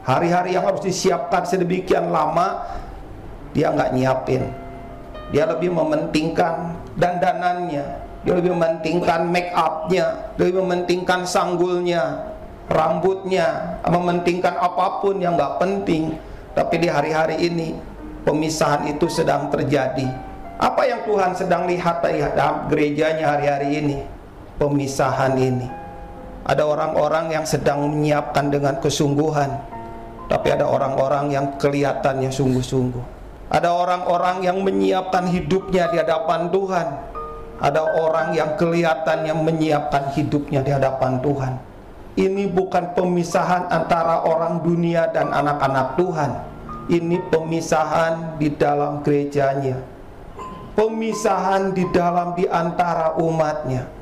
Hari-hari yang harus disiapkan sedemikian lama, dia nggak nyiapin. Dia lebih mementingkan dandanannya, dia lebih mementingkan make up-nya, dia lebih mementingkan sanggulnya, rambutnya, mementingkan apapun yang nggak penting. Tapi di hari-hari ini pemisahan itu sedang terjadi. Apa yang Tuhan sedang lihat dalam gerejanya hari-hari ini? Pemisahan ini. Ada orang-orang yang sedang menyiapkan dengan kesungguhan, tapi ada orang-orang yang kelihatannya sungguh-sungguh. Ada orang-orang yang menyiapkan hidupnya di hadapan Tuhan. Ada orang yang kelihatannya menyiapkan hidupnya di hadapan Tuhan. Ini bukan pemisahan antara orang dunia dan anak-anak Tuhan. Ini pemisahan di dalam gerejanya. Pemisahan di antara umatnya.